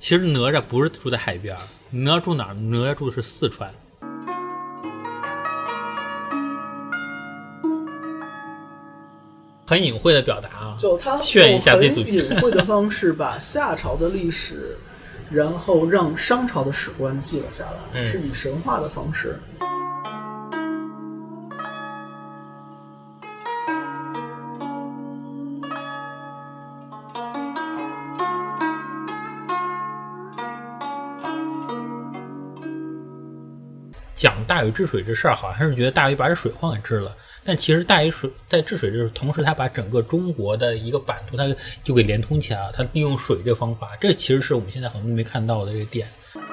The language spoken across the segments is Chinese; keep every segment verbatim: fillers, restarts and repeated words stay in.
其实哪吒不是住在海边，哪吒住哪儿？哪吒住的是四川。很隐晦的表达啊， 就他炫一下自己很隐晦的方式把夏朝的历史，然后让商朝的史官记了下来，嗯、是以神话的方式。 讲大禹治水这事儿，好像是觉得大禹把这水患给治了，但其实大禹水在治水的同时，他把整个中国的一个版图，他就给连通起来了。他利用水这个方法，这其实是我们现在很多人没看到的这个点。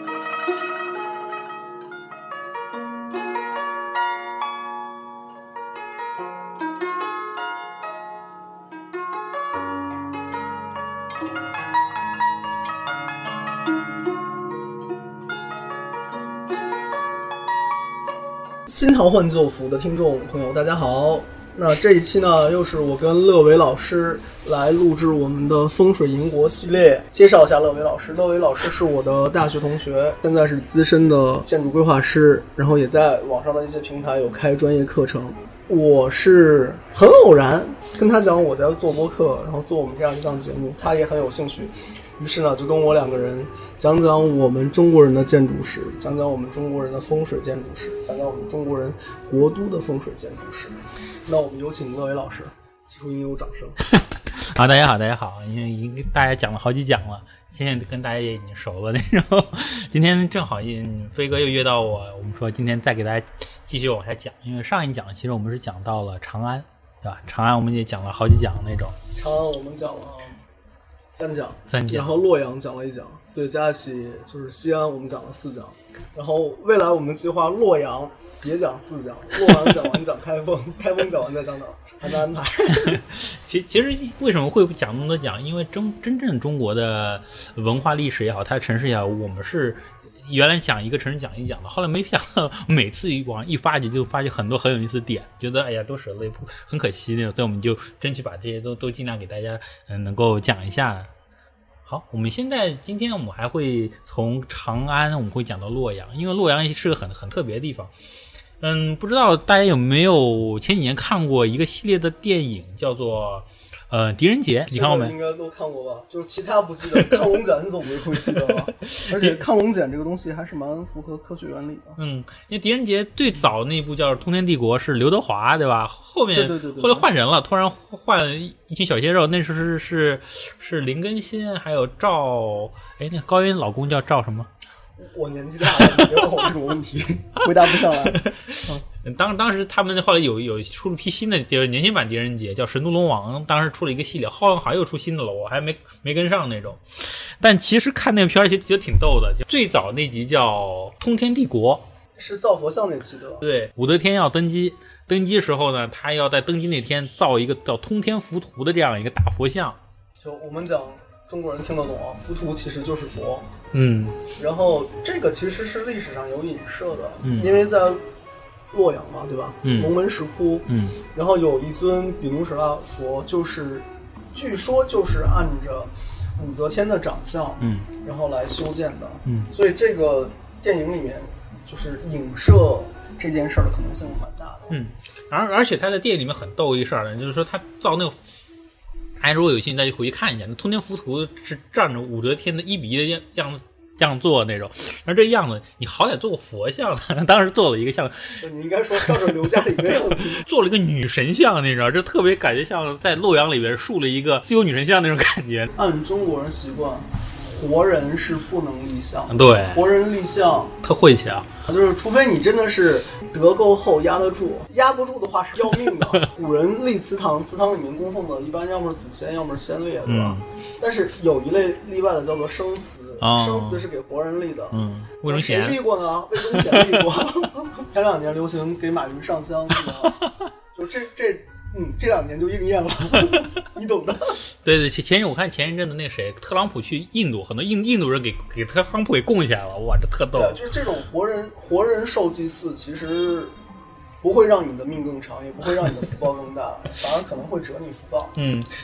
新桃换旧符的听众朋友大家好，那这一期呢又是我跟乐伟老师来录制我们的风水银国系列。介绍一下乐伟老师，乐伟老师是我的大学同学，现在是资深的建筑规划师，然后也在网上的一些平台有开专业课程。我是很偶然跟他讲我在做播客，然后做我们这样一档节目，他也很有兴趣，于是呢就跟我两个人讲讲我们中国人的建筑史，讲讲我们中国人的风水建筑史，讲讲我们中国人国都的风水建筑史。那我们有请乐伟老师，起初应有掌声。 好，大家好，大家好，因为已经大家讲了好几讲了，现在跟大家也已经熟了那种。今天正好飞哥又约到我，我们说今天再给大家继续往下讲，因为上一讲其实我们是讲到了长安，对吧？长安我们也讲了好几讲那种。 长安我们讲了三讲， 三讲， 然后洛阳讲了一讲，所以加起就是西安我们讲了四讲。然后未来我们计划洛阳也讲四讲，洛阳讲完讲开封，开封讲完再讲哪儿，还没安排。 其其实为什么会讲那么多讲？因为真真正中国的文化历史也好，它的城市也好，我们是原来讲一个城市讲一讲的，后来没想到每次往一发掘就发现很多很有意思的点，觉得哎呀都舍了一步，很可惜那种，所以我们就争取把这些都都尽量给大家嗯、呃、能够讲一下。好，我们现在今天我们还会从长安我们会讲到洛阳，因为洛阳是个很很特别的地方。嗯，不知道大家有没有前几年看过一个系列的电影叫做呃狄仁杰，你看过没？ 应该都看过吧，就是其他不记得，亢龙锏总不会记得吧？而且亢龙锏这个东西还是蛮符合科学原理的。 嗯，因为狄仁杰最早那部叫《通天帝国》是刘德华，对吧？后面对对对对， 后来换人了，突然换一群小鲜肉，那时候是是是林更新，还有赵，哎，那高音老公叫赵什么？ 我年纪大了，你别问我这种问题，回答不上来。 嗯，当当时他们后来有有出了批新的，就是年轻版狄仁杰，叫《神都龙王》，当时出了一个系列，后来好像又出新的了，我还没没跟上那种。但其实看那个片儿，其实觉得挺逗的。就最早那集叫《通天帝国》， 是造佛像那期的吧？ 对，武则天要登基，登基时候呢，他要在登基那天造一个叫通天浮屠的这样一个大佛像。 就我们讲。中国人听得懂啊，浮屠其实就是佛。 嗯， 然后这个其实是历史上有影射的， 嗯， 因为在洛阳嘛，对吧？ 嗯， 龙门石窟， 嗯， 然后有一尊比努舍拉佛，就是据说就是按着武则天的长相， 嗯， 然后来修建的， 嗯， 所以这个电影里面就是影射这件事儿的可能性蛮大的。 嗯，而而且他在电影里面很逗一事儿呢，就是说他造那个。哎，如果有兴趣，大家就回去看一下。那通天浮屠是照着武则天的一比一的样样样做那种，而这样子，你好歹做个佛像呢。当时做了一个像， 你应该说照着刘嘉玲的样子， 做了一个女神像，你知道，这特别感觉像在洛阳里边竖了一个自由女神像那种感觉。 按中国人习惯，活人是不能立像， 对， 活人立像特晦气啊。 就是除非你真的是德够厚压得住，压不住的话是要命的。古人立祠堂，祠堂里面供奉的一般要么是祖先，要么是先烈，对吧？嗯、但是有一类例外的叫做生祠，哦、生祠是给活人立的。 嗯，魏忠贤谁立过呢？魏忠贤立过。前两年流行给马云上香，就这这。嗯，这两年就应验了，你懂的。 对对，前前我看前一阵子那谁，特朗普去印度，很多印印度人给给特朗普给供起来了，哇，这特逗。 对，就是这种活人活人受祭祀，其实不会让你的命更长，也不会让你的福报更大，反而可能会折你福报。 嗯，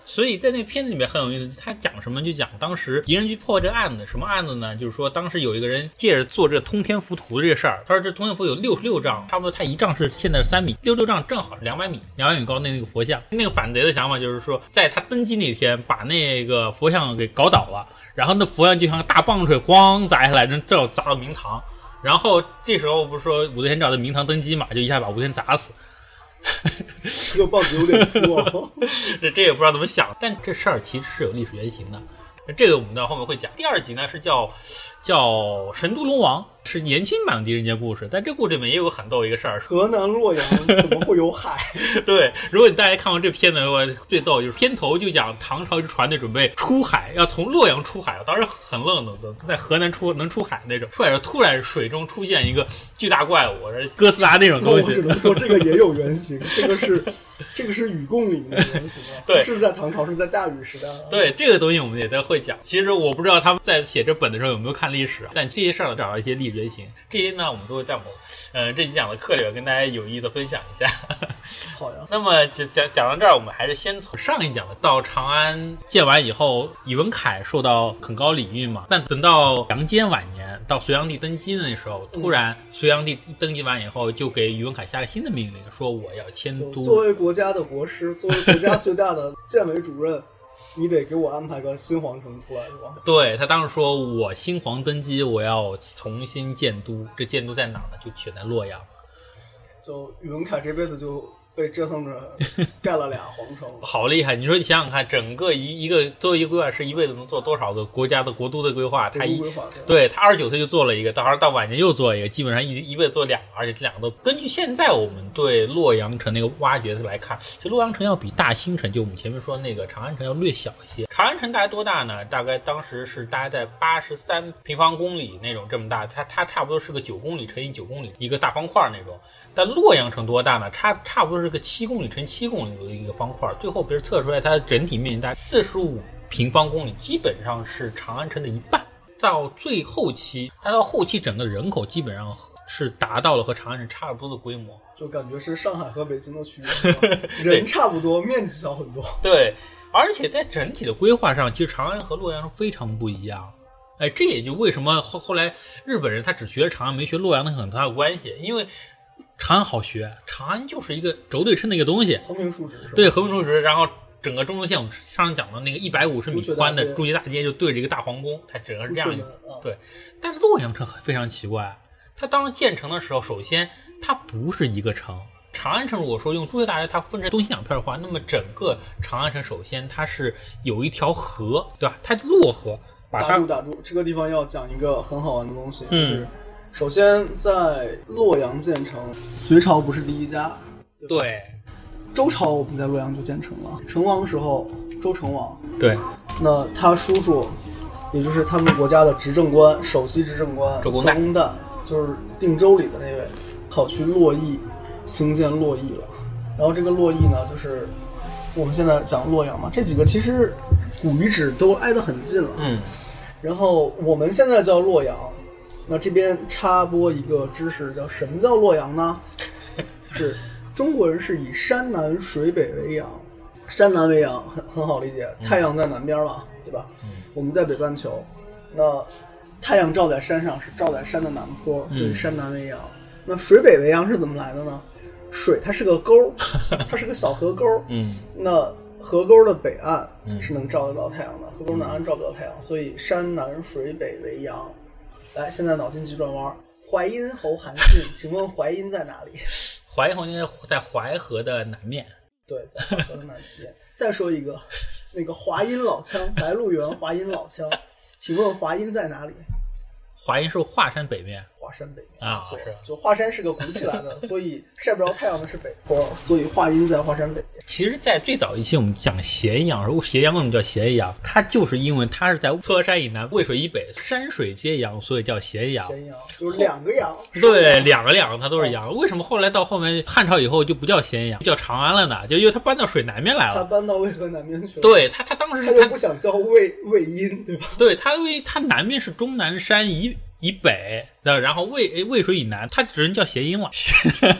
所以在那片子里面很有意思，他讲什么就讲当时敌人去破这个案子，什么案子呢？就是说当时有一个人借着做这个通天符图的这个事儿，他说这通天符有六十六丈，差不多他一丈是现在是三米，六十六丈正好是两百米，两百米高的那个佛像。那个反贼的想法就是说，在他登基那天把那个佛像给搞倒了，然后那佛像就像大棒槌咣砸下来，正正砸到明堂。然后这时候不是说武则天照在明堂登基嘛，就一下把武则天砸死。 这个棒子有点粗哦。 这这也不知道怎么想，但这事儿其实是有历史原型的。这个我们到后面会讲。第二集呢是叫叫神都龙王，是年轻版的狄仁杰故事。在这故事里面也有个很逗一个事儿， 河南洛阳怎么会有海？ 对，如果你大家看过这片子的话，最逗就是片头就讲唐朝一支船队准备出海，要从洛阳出海，当时很愣的，在河南出能出海那种。出海时突然水中出现一个巨大怪物，哥斯拉那种东西。 我只能说这个也有原型，这个是这个是禹贡里面的原型啊， 对， 是在唐朝，是在大禹时代啊。 对，这个东西我们也都会讲。其实我不知道他们在写这本的时候有没有看历史，但这些事儿呢找到一些历史原型，这些呢我们都会在我们呃这期讲的课里边跟大家有意的分享一下。 好呀。 那么讲讲讲到这儿，我们还是先从上一讲的到长安建完以后，宇文恺受到很高礼遇嘛，但等到杨坚晚年到隋炀帝登基的那时候，突然隋炀帝登基完以后，就给宇文恺下个新的命令，说我要迁都。 作为国家的国师，作为国家最大的建委主任，你得给我安排个新皇城出来，是吧？ 对，他当时说我新皇登基，我要重新建都，这建都在哪儿呢？就选在洛阳。 就宇文恺这辈子就被折腾着盖了俩皇城。 好厉害！你说你想想看，整个一一个作为一个规划师，一辈子能做多少个国家的国都的规划？他一对他二十九岁就做了一个，到到晚年又做一个，基本上一一辈子做两个，而且这两个都根据现在我们对洛阳城那个挖掘来看，其实洛阳城要比大兴城，就我们前面说那个长安城要略小一些。长安城大概多大呢？大概当时是大概在八十三平方公里那种这么大，它它差不多是个九公里乘以九公里一个大方块那种。但洛阳城多大呢？差差不多是个七公里乘七公里的一个方块，最后别人测出来它整体面积大概四十五平方公里，基本上是长安城的一半。到最后期，它到后期整个人口基本上是达到了和长安城差不多的规模， 就感觉是上海和北京的区别，人差不多，面积小很多。 对，而且在整体的规划上，其实长安和洛阳是非常不一样。哎，这也就为什么后后来日本人他只学长安没学洛阳的很大的关系，因为长安好学，长安就是一个轴对称的一个东西， 横平竖直， 对，横平竖直，然后整个中轴线我们上次讲的那个一百五十米宽的朱雀大街就对着一个大皇宫，它整个是这样一个、啊、对。但洛阳城非常奇怪，它当时建成的时候，首先它不是一个城。长安城如果说用朱雀大街它分成东西两片的话，那么整个长安城首先它是有一条河，对吧？它洛河把它打住打住，这个地方要讲一个很好玩的东西，嗯。就是首先，在洛阳建成，隋朝不是第一家，对吧？ 对， 周朝我们在洛阳就建成了。成王时候，周成王， 对， 那他叔叔，也就是他们国家的执政官，首席执政官周公旦，就是定州里的那位，跑去洛邑兴建洛邑了。然后这个洛邑呢，就是我们现在讲洛阳嘛，这几个其实古遗址都挨得很近了。 嗯， 然后我们现在叫洛阳。那这边插播一个知识，叫什么叫洛阳呢？就是中国人是以山南水北为阳，山南为阳很很好理解，太阳在南边嘛，对吧？嗯、我们在北半球，那太阳照在山上是照在山的南坡，所以山南为阳。嗯、那水北为阳是怎么来的呢？水它是个沟，它是个小河沟，嗯，那河沟的北岸是能照得到太阳的，河沟南岸照不到太阳，所以山南水北为阳。来，现在脑筋急转弯，淮阴侯韩信，请问淮阴在哪里？ 淮阴侯应该在淮河的南面。 对，在淮河的南面。再说一个，那个华阴老腔，白鹿原华阴老腔，请问华阴在哪里？ 华阴是华山北面。 华山北面啊，是。 就华山是个鼓起来的，所以晒不着太阳的是北坡，所以华阴在华山北面。 其实在最早一期我们讲咸阳，说咸阳为什么叫咸阳，它就是因为它是在嵯峨山以南渭水以北，山水皆阳，所以叫咸阳。 咸阳就是两个阳， 对，两个阳它都是阳、哦、为什么后来到后面汉朝以后就不叫咸阳，叫长安了呢？就因为它搬到水南面来了， 它搬到渭河南面去了。 对，它它当时他又不想叫渭渭阴，对吧？ 对，它因为它南面是终南山以以北的，然后渭渭水以南，它只能叫谐音了。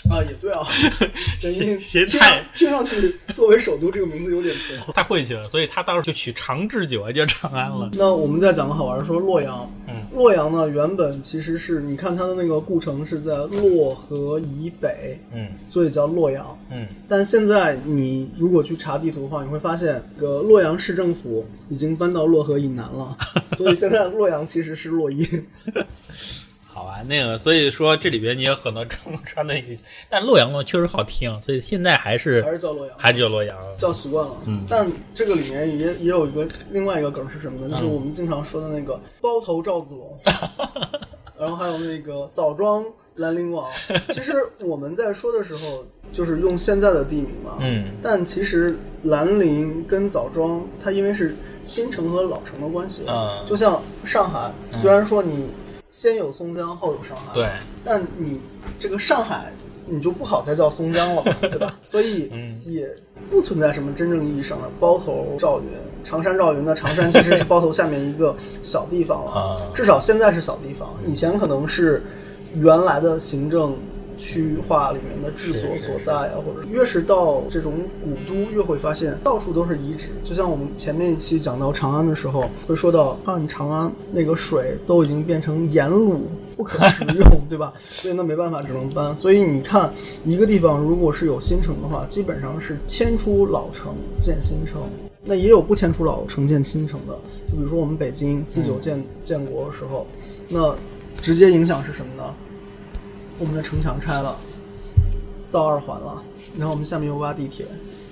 啊，也对啊，咸阴咸太听上去作为首都这个名字有点错， 太晦气了，所以他当时就取长治久啊，叫长安了。 那我们再讲个好玩，说洛阳， 嗯， 洛阳呢原本其实是你看它的那个故城是在洛河以北， 嗯， 所以叫洛阳， 嗯， 但现在你如果去查地图的话，你会发现，这个洛阳市政府已经搬到洛河以南了，所以现在洛阳其实是洛阴。 好啊，那个，所以说这里边你有很多中川的，但洛阳呢确实好听，所以现在还是还是叫洛阳， 还是叫洛阳， 叫习惯了。嗯，但这个里面也也有一个另外一个梗是什么呢？就是我们经常说的那个包头赵子龙，然后还有那个枣庄兰陵王。其实我们在说的时候，就是用现在的地名嘛。 嗯， 但其实兰陵跟枣庄，它因为是新城和老城的关系， 嗯， 就像上海，虽然说你先有松江后有上海， 对， 但你这个上海你就不好再叫松江了嘛，对吧？所以也不存在什么真正意义上的包头赵云。常山赵云的常山其实是包头下面一个小地方了，至少现在是小地方，以前可能是原来的行政区划里面的治所所在啊，或者越是到这种古都，越会发现到处都是遗址。就像我们前面一期讲到长安的时候，会说到啊，你长安那个水都已经变成盐卤，不可食用，对吧？所以那没办法，只能搬。所以你看，一个地方如果是有新城的话，基本上是迁出老城建新城。那也有不迁出老城建新城的，就比如说我们北京四九建、嗯、建国的时候，那直接影响是什么呢？我们的城墙拆了，造二环了，然后我们下面又挖地铁，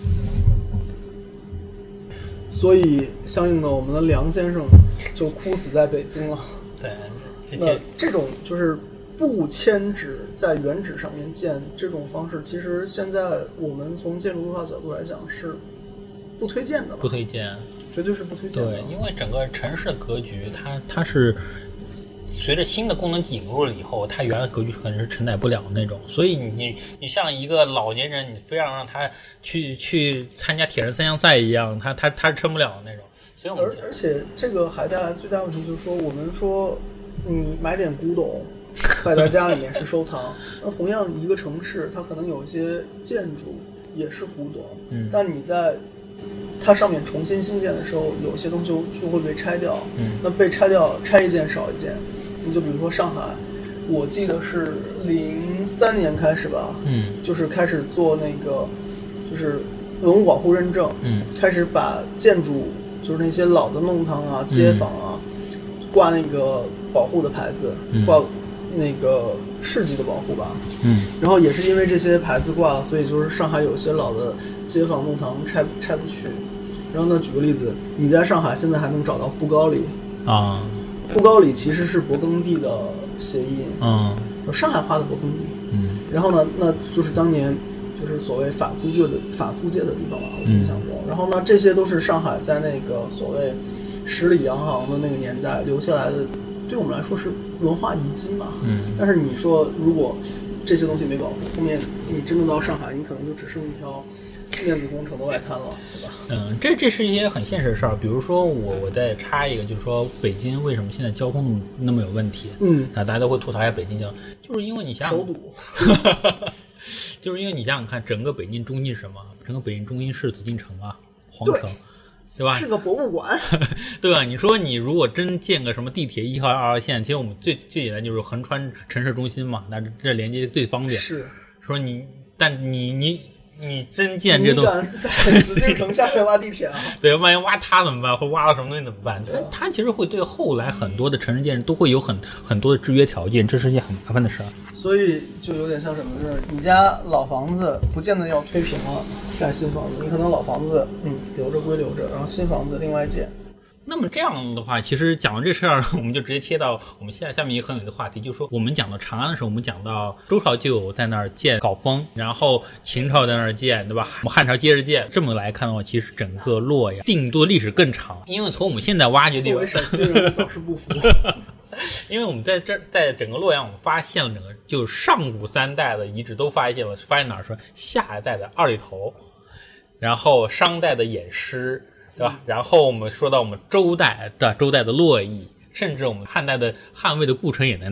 所以相应的我们的梁先生就哭死在北京了。 对， 那这种就是不迁址在原址上面建这种方式，其实现在我们从建筑规划角度来讲是不推荐的吧？ 不推荐， 绝对是不推荐的。 对，因为整个城市的格局，它它是随着新的功能引入了以后，它原来格局可能是承载不了那种，所以你你你像一个老年人，你非要让他去去参加铁人三项赛一样，他他他是撑不了的那种。所以我们而而且这个还带来最大问题就是说，我们说你买点古董摆在家里面是收藏，那同样一个城市，它可能有一些建筑也是古董，嗯，但你在它上面重新兴建的时候，有些东西就就会被拆掉，嗯，那被拆掉，拆一件少一件。你就比如说上海，我记得是零三年开始吧，嗯，就是开始做那个，就是文物保护认证，嗯，开始把建筑，就是那些老的弄堂啊、街坊啊，嗯、挂那个保护的牌子，嗯、挂那个市级的保护吧，嗯，然后也是因为这些牌子挂了，所以就是上海有些老的街坊弄堂拆拆不去。然后呢，举个例子，你在上海现在还能找到布高里啊， 布高里其实是勃艮第的谐音， 嗯， 上海话的勃艮第， 嗯， 然后呢，那就是当年就是所谓法租界的法租界的地方吧，我印象中。嗯、然后呢，这些都是上海在那个所谓十里洋行的那个年代留下来的，对我们来说是文化遗迹嘛，嗯。但是你说如果这些东西没保护，后面你真的到上海，你可能就只剩一条面子工程的外滩了，对吧？ 嗯，这这是一些很现实的事儿。比如说我我再插一个，就是说北京为什么现在交通那么有问题？嗯，啊，大家都会吐槽一下北京交通，就是因为你想想， 首堵， 就是因为你想想看，整个北京中心是什么？整个北京中心是紫禁城啊，皇城。对吧？ 是个博物馆， 对吧？你说你如果真建个什么地铁一号、二号线，其实我们最最简单就是横穿城市中心嘛，那这连接最方便。 是， 说你，但你你你真建这东西， 你敢在紫禁城下面挖地铁啊？ 对，万一挖它怎么办？或挖到什么东西怎么办？它它其实会对后来很多的城市建设都会有很很多的制约条件，这是一件很麻烦的事儿。 所以就有点像什么，就是你家老房子不见得要推平了盖新房子，你可能老房子嗯留着归留着，然后新房子另外建。 那么这样的话，其实讲到这事儿，我们就直接切到我们下下面一个很有的话题，就是说我们讲到长安的时候，我们讲到周朝就有在那儿建镐峰，然后秦朝在那儿建，对吧？我们汉朝接着建。这么来看的话，其实整个洛阳定都历史更长，因为从我们现在挖掘地方， 作为陕西人表示不服。 因为我们在这在整个洛阳，我们发现了整个就是上古三代的遗址都发现了，发现哪儿说夏代的二里头，然后商代的偃师。对吧？然后我们说到我们周代的周代的洛邑，甚至我们汉代的汉魏的故城也在那儿。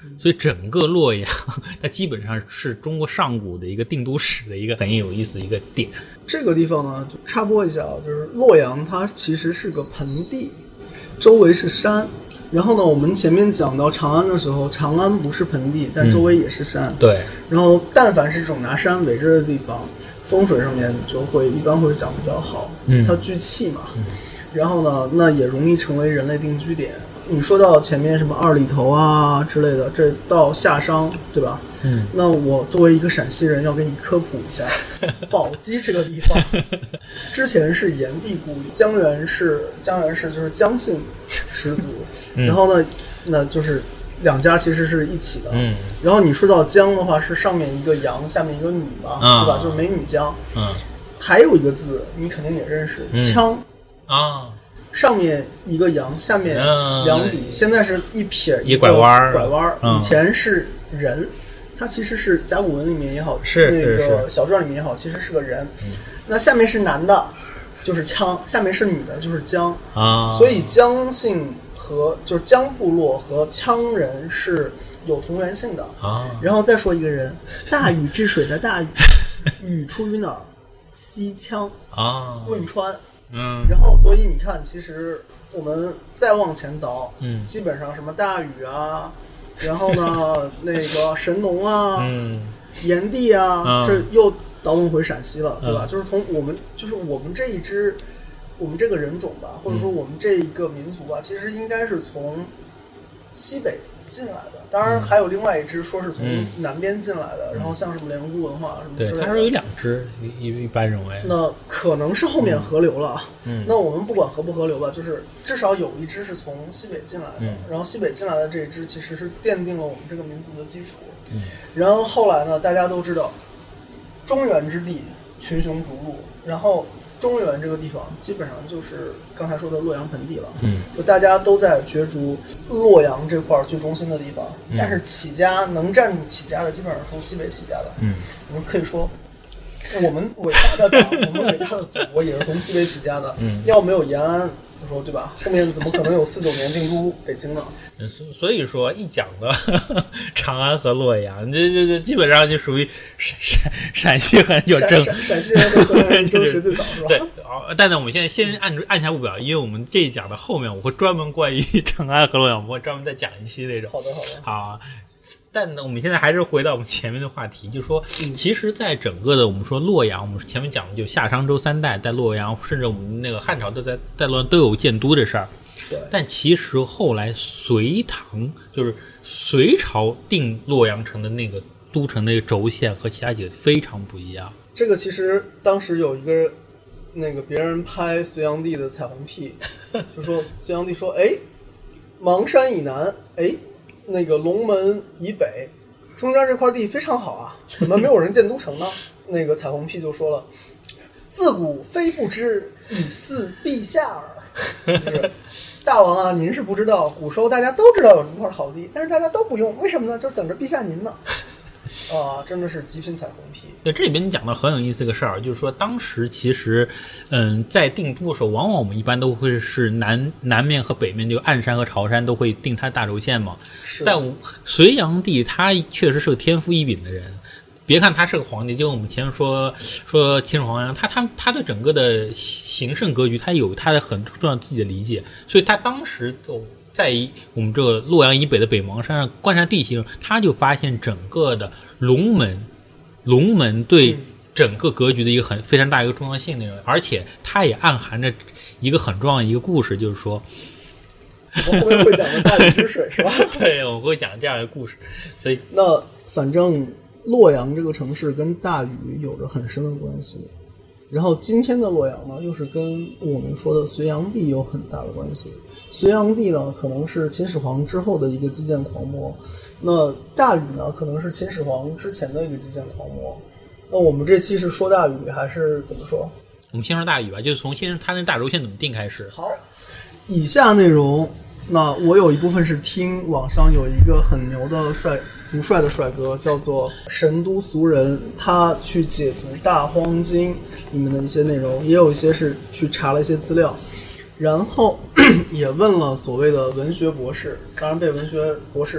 所以整个洛阳它基本上是中国上古的一个定都史的一个很有意思的一个点。 这个地方呢，就插播一下啊，就是洛阳它其实是个盆地，周围是山。然后呢，我们前面讲到长安的时候，长安不是盆地，但周围也是山。 嗯、对。 然后，但凡是这种拿山围着的地方，风水上面就会一般会讲比较好。嗯，它聚气嘛。嗯。然后呢，那也容易成为人类定居点。你说到前面什么二里头啊之类的，这到夏商，对吧？嗯。那我作为一个陕西人，要给你科普一下，宝鸡这个地方，之前是炎帝故里，江源氏，江源氏就是姜姓始祖。嗯、然后呢，那就是两家其实是一起的。嗯。然后你说到姜的话，是上面一个阳，下面一个女嘛，嗯、对吧？就是美女姜。嗯。还有一个字，你肯定也认识，羌。啊。上面一个阳，下面两笔，嗯、现在是一撇一拐弯， 拐弯。 嗯、 以前是人，它其实是甲骨文里面也好， 是那个小篆里面也好，其实是个人。嗯、那下面是男的，就是羌；下面是女的，就是姜。啊，所以姜姓和就是姜部落和羌人是有同源性的。啊，然后再说一个人，大禹治水的大禹，禹出于哪儿？西羌啊，汶川。嗯，然后所以你看，其实我们再往前倒，嗯，基本上什么大禹啊，然后呢那个神农啊，嗯，炎帝啊，嗯、这又倒动回陕西了，对吧？嗯、就是从我们就是我们这一支，我们这个人种吧，或者说我们这一个民族吧，其实应该是从西北进来的。当然还有另外一支说是从南边进来的，嗯、然后像什么梁祝文化什么之类的。 对，它是有两支，一一般认为。 那可能是后面河流了。嗯。那我们不管河不河流吧，就是至少有一支是从西北进来的，嗯、然后西北进来的这一支其实是奠定了我们这个民族的基础。嗯。然后后来呢，大家都知道，中原之地群雄逐鹿，然后中原这个地方基本上就是刚才说的洛阳盆地了，嗯，就大家都在角逐洛阳这块最中心的地方，嗯、但是起家能站住起家的，基本上从西北起家的，嗯，我们可以说，我们伟大的党，我们伟大的祖国也是从西北起家的，嗯，要没有延安，我说对吧？后面怎么可能有四九年定都北京呢？ 所以说，一讲到长安和洛阳，这这这基本上就属于陕陕陕西很有争， 陕陕西人和河南人争谁最早是吧？ 对，但是我们现在先按按下不表，因为我们这一讲的后面，我会专门关于长安和洛阳，我会专门再讲一期那种。 好的，好的。 好。但呢，我们现在还是回到我们前面的话题，就是说，嗯、其实，在整个的我们说洛阳，我们前面讲的就夏商周三代在洛阳，甚至我们那个汉朝都在在洛阳都有建都的事儿。 对。 但其实后来隋唐就是隋朝定洛阳城的那个都城那个轴线和其他几个非常不一样。 这个其实当时有一个那个别人拍隋炀帝的彩虹屁，就说隋炀帝说，哎，邙山以南，哎。那个龙门以北，中间这块地非常好啊，怎么没有人建都城呢？那个彩虹屁就说了：“自古非不知，以似陛下耳。”就是大王啊，您是不知道，古时候大家都知道有这块好地，但是大家都不用，为什么呢？就是等着陛下您呢。啊，真的是极品彩虹屁。 对，这里边你讲到很有意思一个事儿，就是说当时其实，嗯，在定都的时候，往往我们一般都会是南南面和北面，就鞍山和朝山都会定它大轴线嘛。 是。 但隋炀帝他确实是个天赋异禀的人，别看他是个皇帝，就我们前面说说秦始皇，他他他对整个的形胜格局，他有他的很重要自己的理解，所以他当时就。在我们这个洛阳以北的北邙山上观察地形，他就发现整个的龙门，龙门对整个格局的一个很非常大一个重要性内容，而且它也暗含着一个很重要的一个故事，就是说， 我们后面会讲的大禹治水是吧？ 对，我们会讲这样一个故事。所以， 那反正洛阳这个城市跟大禹有着很深的关系。然后今天的洛阳呢，又是跟我们说的隋炀帝有很大的关系。隋炀帝呢，可能是秦始皇之后的一个基建狂魔，那大禹呢，可能是秦始皇之前的一个基建狂魔。那我们这期是说大禹还是怎么说？ 我们先说大禹吧，就是从先他那大轴线怎么定开始。 好，以下内容，那我有一部分是听网上有一个很牛的帅不帅的帅哥，叫做神都俗人，他去解读《大荒经》里面的一些内容，也有一些是去查了一些资料。然后也问了所谓的文学博士，当然被文学博士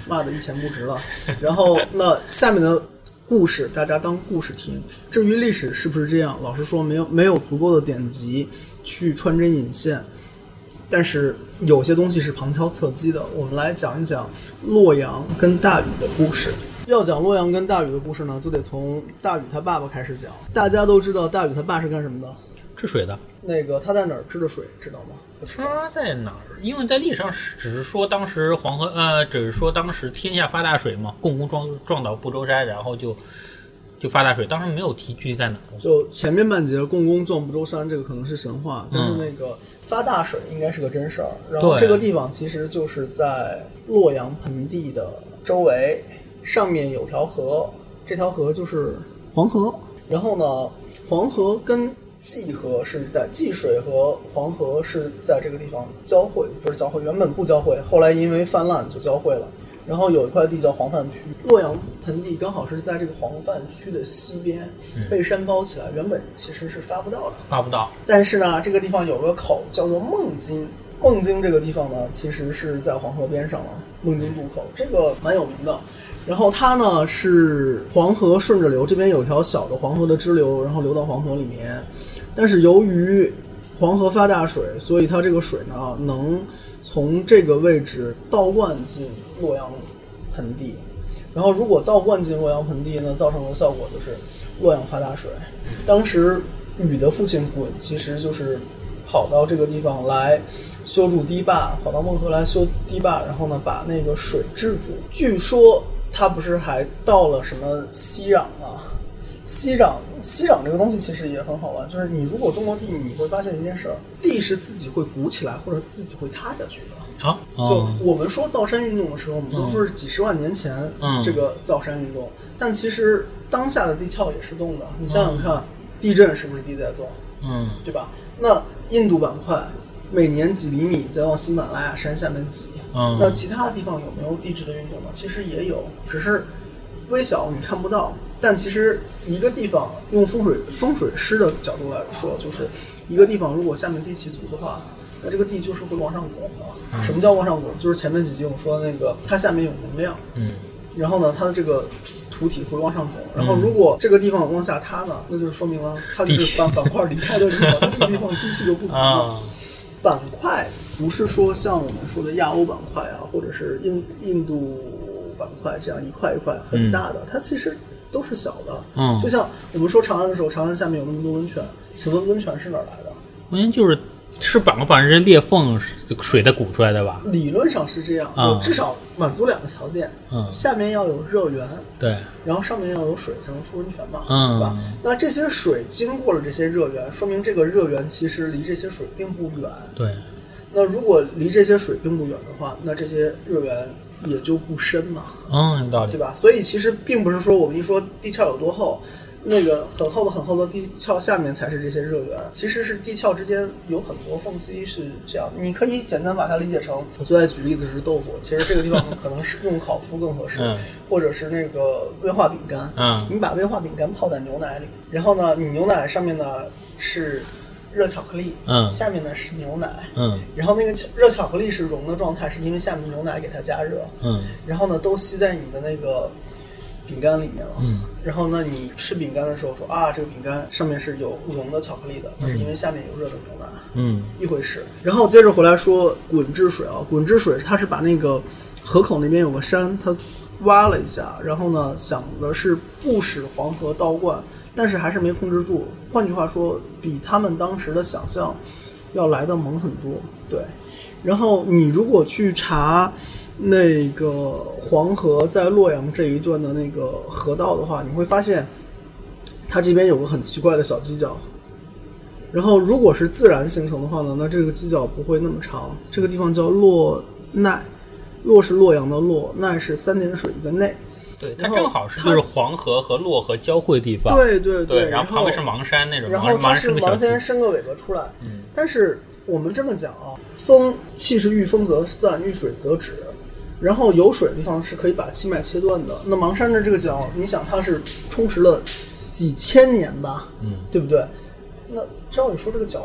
骂的一钱不值了。然后那下面的故事大家当故事听，至于历史是不是这样，老实说没有没有足够的典籍去穿针引线，但是有些东西是旁敲侧击的。我们来讲一讲洛阳跟大禹的故事。要讲洛阳跟大禹的故事呢，就得从大禹他爸爸开始讲。大家都知道大禹他爸是干什么的？ 治水的。 那个他在哪儿治的水知道吗？不知道。 他在哪儿？因为在历史上只是说当时黄河呃，只是说当时天下发大水嘛，共工撞撞倒不周山，然后就就发大水，当时没有提具体在哪。 就前面半节共工撞不周山，这个可能是神话，但是那个发大水应该是个真事儿。然后这个地方其实就是在洛阳盆地的周围，上面有条河，这条河就是黄河。然后呢，黄河跟济河是在济水和黄河是在这个地方交汇，不是交汇，原本不交汇，后来因为泛滥就交汇了。然后有一块地叫黄泛区，洛阳盆地刚好是在这个黄泛区的西边，被山包起来，原本其实是发不到的， 发不到。 但是呢，这个地方有个口叫做孟津，孟津这个地方呢，其实是在黄河边上了，孟津渡口，这个蛮有名的。然后它呢是黄河顺着流，这边有条小的黄河的支流，然后流到黄河里面。但是由于黄河发大水，所以它这个水呢能从这个位置倒灌进洛阳盆地。然后如果倒灌进洛阳盆地呢，造成的效果就是洛阳发大水。当时禹的父亲鲧其实就是跑到这个地方来修筑堤坝，跑到孟河来修堤坝，然后呢把那个水治住。据说他不是还到了什么息壤啊？息壤，息壤这个东西其实也很好玩，就是你如果种过地，你会发现一件事儿，地是自己会鼓起来或者自己会塌下去的。 啊， 就我们说造山运动的时候，我们都说是几十万年前这个造山运动，嗯、但其实当下的地壳也是动的。你想想看，嗯、地震是不是地在动？嗯，对吧？那印度板块每年几厘米在往喜马拉雅山下面挤，嗯，那其他地方有没有地质的运动呢？其实也有，只是微小你看不到。但其实一个地方用风水风水师的角度来说，就是一个地方如果下面地气足的话，那这个地就是会往上拱的。嗯、什么叫往上拱？就是前面几集我说的那个，它下面有能量，嗯，然后呢，它的这个土体会往上拱。然后如果这个地方往下塌呢，那就是说明了它就是板板块离开的地方，它这个地方地气就不足了。啊、板块不是说像我们说的亚欧板块啊，或者是印印度板块这样一块一块很大的，嗯、它其实都是小的。嗯，就像我们说长安的时候，长安下面有那么多温泉，请问温泉是哪儿来的？ 温泉就是是板个板这裂缝水的鼓出来的吧？ 理论上是这样，嗯、至少满足两个条件。嗯，下面要有热源， 对， 然后上面要有水才能出温泉嘛，嗯，对吧？那这些水经过了这些热源，说明这个热源其实离这些水并不远。 对， 那如果离这些水并不远的话，那这些热源也就不深嘛， 嗯，有道理， 对吧？所以其实并不是说我们一说地壳有多厚，那个很厚的很厚的地壳下面才是这些热源，其实是地壳之间有很多缝隙，是这样。你可以简单把它理解成，我最爱举例子是豆腐，其实这个地方可能是用烤麸更合适，嗯、或者是那个威化饼干，嗯，你把威化饼干泡在牛奶里，然后呢，你牛奶上面呢是热巧克力，嗯，下面呢是牛奶，嗯，然后那个热巧克力是溶的状态，是因为下面牛奶给它加热，嗯，然后呢都吸在你的那个饼干里面了，嗯，然后呢你吃饼干的时候说啊，这个饼干上面是有溶的巧克力的，那是因为下面有热的牛奶，嗯，一回事。然后接着回来说鲧治水啊，鲧治水它是把那个河口那边有个山，它挖了一下，然后呢想的是不使黄河倒灌。但是还是没控制住，换句话说，比他们当时的想象要来的猛很多。对，然后你如果去查那个黄河在洛阳这一段的那个河道的话，你会发现它这边有个很奇怪的小犄角。然后如果是自然形成的话呢，那这个犄角不会那么长。这个地方叫洛奈，洛是洛阳的洛，奈是三点水一个内。 对，它正好是就是黄河和洛河交汇的地方。 对对对, 对，然后旁边是邙山那种， 然后它是邙山伸个尾巴出来。嗯，但是我们这么讲啊，风气是遇风则散，遇水则止。然后有水的地方是可以把气脉切断的。那邙山的这个角，你想它是充实了几千年吧？嗯，对不对？那照理说这个角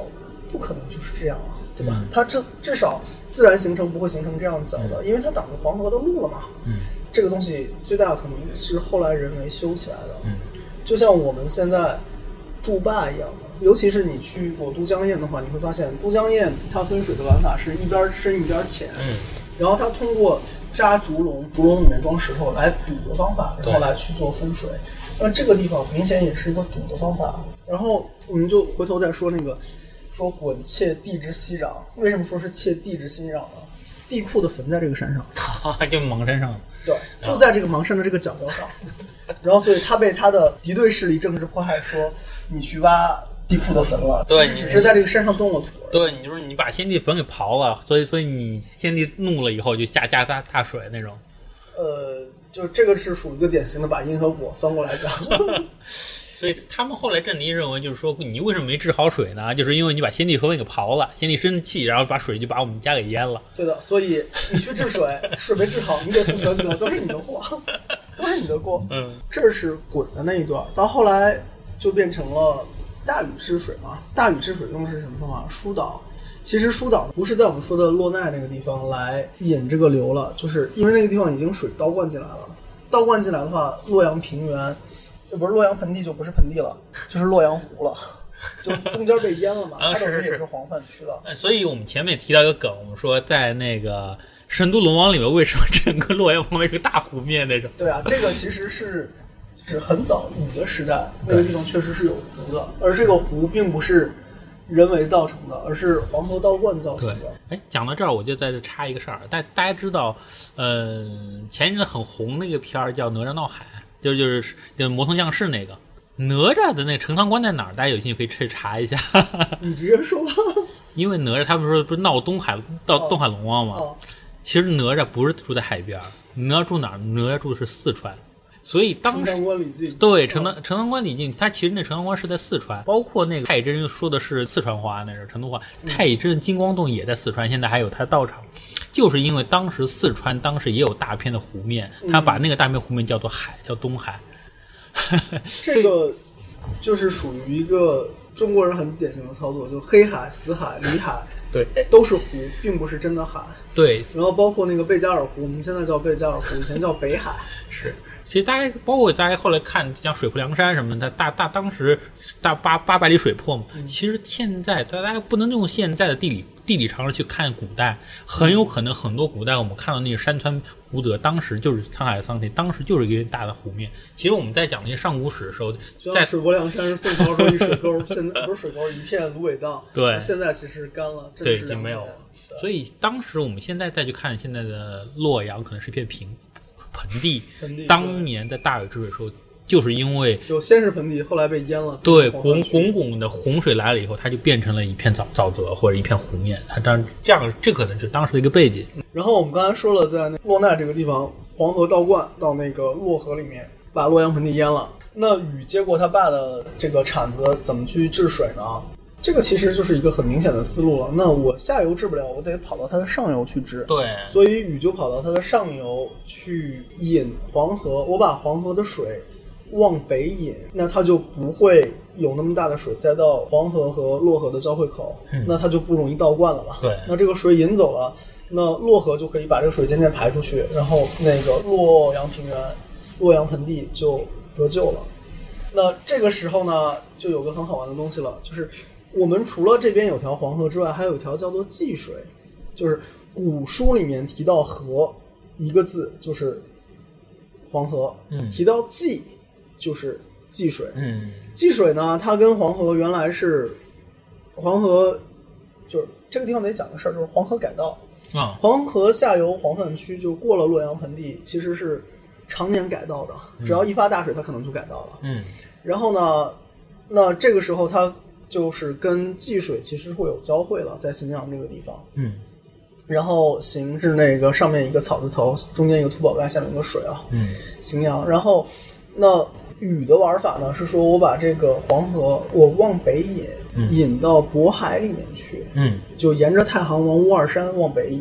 不可能就是这样啊，对吧？嗯、它至至少自然形成不会形成这样角的，嗯、因为它挡着黄河的路了嘛。 嗯， 这个东西最大可能是后来人为修起来的。 嗯， 就像我们现在筑坝一样的，尤其是你去过都江堰的话，你会发现都江堰它分水的玩法是一边深一边浅。 嗯， 然后它通过扎竹笼，竹笼里面装石头来堵的方法，然后来去做分水。那这个地方明显也是一个堵的方法。然后我们就回头再说那个，说滚切地之息壤。为什么说是切地之息壤呢？地库的坟在这个山上， 就邙山上， 对，就在这个邙山的这个角角上。然后所以他被他的敌对势力政治迫害，说你去挖地库的坟了， 对， 只是在这个山上动了土。 对，你就是你把先帝坟给刨了，所以所以你先帝怒了以后就下加大大水那种。 呃，就这个是属于一个典型的把因和果翻过来讲。 所以他们后来郑迪认为，就是说你为什么没治好水呢？就是因为你把先帝坟给刨了，先帝生气，然后把水就把我们家给淹了。 对的，所以你去治水，水没治好，你得负全责，都是你的祸，都是你的锅。 嗯， 这是滚的那一段，到后来就变成了大禹治水嘛。大禹治水用的是什么方法？疏导。其实疏导不是在我们说的洛奈那个地方来引这个流了，就是因为那个地方已经水倒灌进来了。倒灌进来的话，洛阳平原。不是洛阳盆地就不是盆地了，就是洛阳湖了，就中间被淹了嘛。 啊， 是是是，也是黄泛区了。 所以我们前面提到一个梗，我们说在那个《神都龙王》里面，为什么整个洛阳旁边是个大湖面那种？ 对啊，这个其实是就是很早禹的时代，那个地方确实是有湖的，而这个湖并不是人为造成的，而是黄河倒灌造成的。 哎，讲到这儿，我就在这插一个事儿，大大家知道，呃，前一阵很红那个片儿叫《哪吒闹海》。就就是就是魔童降世那个哪吒的那个陈塘关在哪儿？大家有兴趣可以去查一下。 你直接说吧。因为哪吒他们说不是闹东海到东海龙王吗？ 哦、 其实哪吒不是住在海边，哪吒住哪儿？哪吒住的是四川。所以当时陈塘关李靖对陈塘陈塘关李靖，他其实那陈塘关是在四川，包括那个太乙真人说的是四川话，那是成都话。太乙真人金光洞也在四川，现在还有他道场。就是因为当时四川当时也有大片的湖面，他把那个大片湖面叫做海，叫东海。 这个就是属于一个中国人很典型的操作，就黑海、死海、里海， 对， 都是湖，并不是真的海。 对， 然后包括那个贝加尔湖，我们现在叫贝加尔湖，以前叫北海。 是，其实大家包括大家后来看像水泊梁山什么的，大大当时大八八百里水泊嘛，嗯、其实现在大家不能用现在的地理。地理常识去看古代，很有可能很多古代我们看到那个山川湖泽，当时就是沧海桑田，当时就是一个大的湖面。其实我们在讲那些上古史的时候，在水泊梁山是宋朝时候一水沟，现在不是水沟，一片芦苇荡。 对， 现在其实干了， 对，已经没有了。所以当时我们现在再去看现在的洛阳，可能是一片平盆地。 盆地当年在大禹治水的时候。就是因为就先是盆地，后来被淹了。 对，滚滚滚的洪水来了以后，它就变成了一片沼沼泽或者一片湖面。它当然这样，这可能是当时的一个背景。 然后我们刚才说了，在那洛奈这个地方，黄河倒灌到那个洛河里面，把洛阳盆地淹了。那禹接过他爸的这个铲子，怎么去治水呢？这个其实就是一个很明显的思路了。那我下游治不了，我得跑到它的上游去治。 对， 所以禹就跑到它的上游去引黄河，我把黄河的水往北引，那它就不会有那么大的水再到黄河和洛河的交汇口， 嗯、 那它就不容易倒灌了嘛。 对， 那这个水引走了，那洛河就可以把这个水渐渐排出去，然后那个洛阳平原、洛阳盆地就得救了。那这个时候呢，就有个很好玩的东西了，就是我们除了这边有条黄河之外，还有一条叫做济水，就是古书里面提到河一个字就是黄河， 嗯， 提到济就是济水。 嗯， 济水呢，它跟黄河原来是黄河，就是这个地方得讲个事儿，就是黄河改道啊。 黄河下游黄泛区就过了洛阳盆地，其实是常年改道的，只要一发大水，它可能就改道了。 嗯， 然后呢，那这个时候它就是跟济水其实会有交汇了，在荥阳这个地方。 嗯， 然后荥是那个上面一个草字头，中间一个土宝盖，下面一个水啊。 嗯， 荥阳。然后那禹的玩法呢，是说我把这个黄河我往北引， 嗯、 引到渤海里面去。 嗯， 就沿着太行往乌尔山往北引。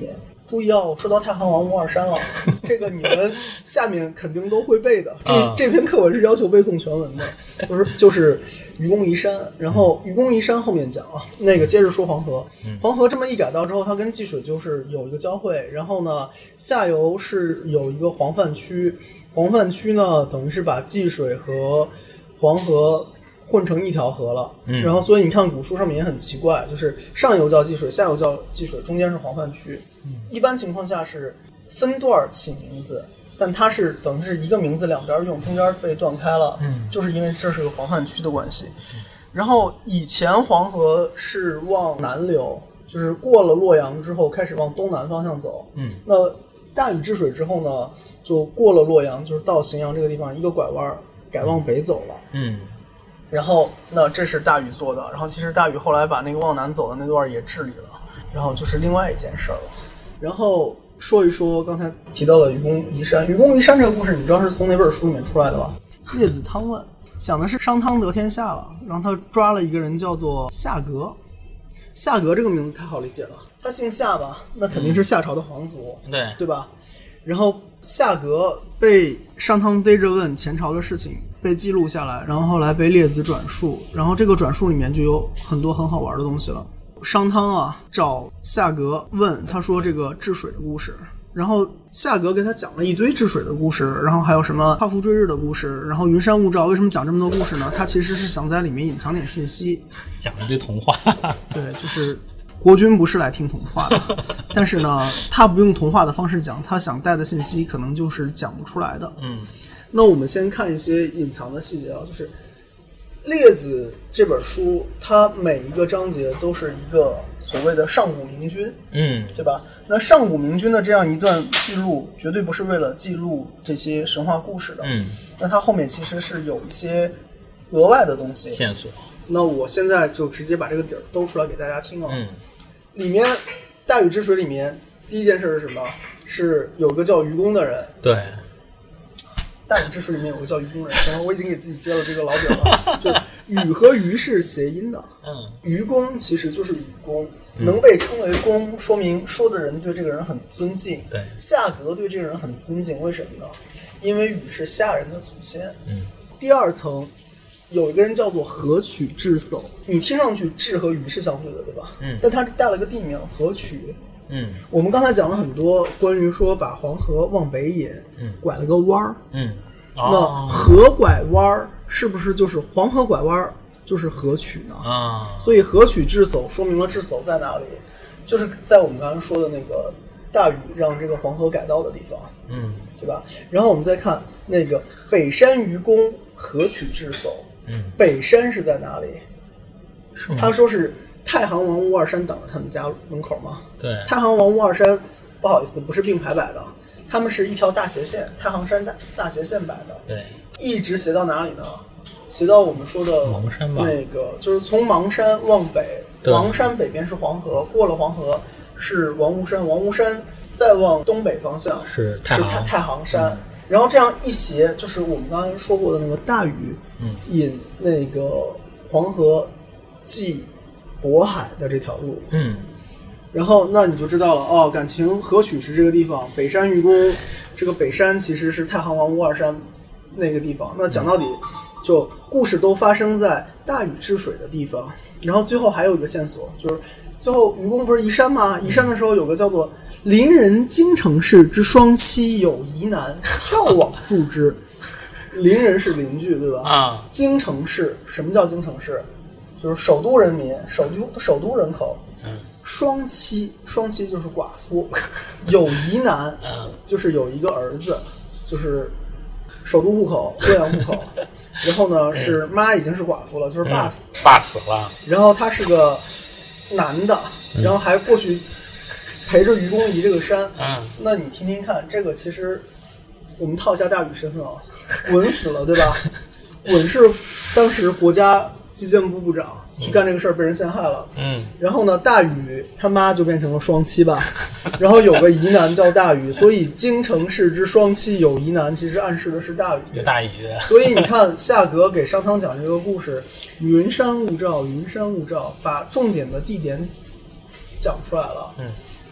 注意哦，说到太行王吴二山了，这个你们下面肯定都会背的。这、 啊、 这篇课文是要求背诵全文的，就是就是愚公移山。然后愚公移山后面讲啊，那个接着说黄河。黄河这么一改道之后，它跟济水就是有一个交汇。然后呢，下游是有一个黄泛区，黄泛区呢等于是把济水和黄河混成一条河了。 嗯， 然后所以你看古书上面也很奇怪，就是上游叫济水，下游叫济水，中间是黄泛区。一般情况下是分段起名字，但它是等于是一个名字两边用，中间被断开了， 嗯， 就是因为这是个黄泛区的关系。然后以前黄河是往南流，就是过了洛阳之后开始往东南方向走， 嗯， 那大禹治水之后呢，就过了洛阳，就是到荥阳这个地方一个拐弯，改往北走了， 嗯。 然后那这是大禹做的，然后其实大禹后来把那个往南走的那段也治理了，然后就是另外一件事了。然后说一说刚才提到的愚公移山。愚公移山这个故事你知道是从哪本书里面出来的吧？列子汤问，讲的是商汤得天下了，然后他抓了一个人叫做夏革。夏革这个名字太好理解了，他姓夏吧，那肯定是夏朝的皇族， 嗯、对对吧？然后夏革被商汤逮着问前朝的事情，被记录下来，然后后来被列子转述，然后这个转述里面就有很多很好玩的东西了。商汤啊找夏革问，他说这个治水的故事，然后夏革给他讲了一堆治水的故事，然后还有什么夸父追日的故事，然后云山雾罩。为什么讲这么多故事呢？他其实是想在里面隐藏点信息， 讲一堆童话。 对，就是国君不是来听童话的，但是呢他不用童话的方式讲，他想带的信息可能就是讲不出来的。 嗯， 那我们先看一些隐藏的细节啊，就是列子这本书，它每一个章节都是一个所谓的上古明君， 嗯， 对吧？那上古明君的这样一段记录，绝对不是为了记录这些神话故事的， 嗯， 那它后面其实是有一些额外的东西线索。 那我现在就直接把这个底儿兜出来给大家听啊。 嗯， 里面大禹治水里面第一件事是什么？是有个叫愚公的人。 对。 大禹治水里面有个叫愚公人，然后我已经给自己接了这个老底了，就禹和虞是谐音的， 嗯， 愚公其实就是禹公，能被称为公，说明说的人对这个人很尊敬。 对， 夏革对这个人很尊敬，为什么呢？因为禹是夏人的祖先。 嗯， 第二层有一个人叫做河曲智叟，你听上去智和禹是相对的，对吧？ 嗯， 但他带了个地名河曲。 嗯， 我们刚才讲了很多关于说把黄河往北引， 嗯， 拐了个弯儿， 嗯， 哦、那河拐弯是不是就是黄河拐弯就是河曲呢？ 啊， 所以河曲智叟说明了智叟在哪里，就是在我们刚才说的那个大禹让这个黄河改道的地方， 嗯， 对吧？然后我们再看那个北山愚公，河曲智叟， 嗯， 北山是在哪里？ 是吗？ 他说是太行王吴二山等着他们家门口吗？ 对， 太行王吴二山，不好意思，不是并排摆的，他们是一条大斜线，太行山大大斜线摆的， 对， 一直斜到哪里呢？斜到我们说的邙山吧， 那个就是从邙山往北，邙山北边是黄河，过了黄河是王屋山，王屋山再往东北方向是太行太行山、嗯，然后这样一斜，就是我们刚才说过的那个大禹引那个黄河济渤海的这条路， 嗯， 然后那你就知道了哦，感情河曲是这个地方，北山愚公，这个北山其实是太行王吴二山那个地方。那讲到底，就故事都发生在大禹治水的地方。然后最后还有一个线索，就是最后愚公不是移山吗？移山的时候有个叫做邻人京城氏之双妻有疑难，眺往助之。邻人是邻居，对吧？ 啊， 京城氏，什么叫京城氏？就是首都人民，首都首都人口。 嗯， 双妻，双妻就是寡妇，有疑难， 嗯， 就是有一个儿子，就是首都户口、洛阳户口。然后呢，是妈已经是寡妇了，就是爸死， 嗯、爸死了。 然后他是个男的，然后还过去陪着愚公移这个山。 嗯， 那你听听看，这个其实我们套一下大禹身份啊，鲧死了，对吧？鲧是当时国家基建部部长，去干这个事儿被人陷害了。 嗯， 然后呢，大禹他妈就变成了双妻吧，然后有个疑难叫大禹，所以京城氏之双妻有疑难，其实暗示的是大禹。 有大禹。 所以你看，夏革给商汤讲这个故事，云山雾罩，云山雾罩，把重点的地点讲出来了。 嗯，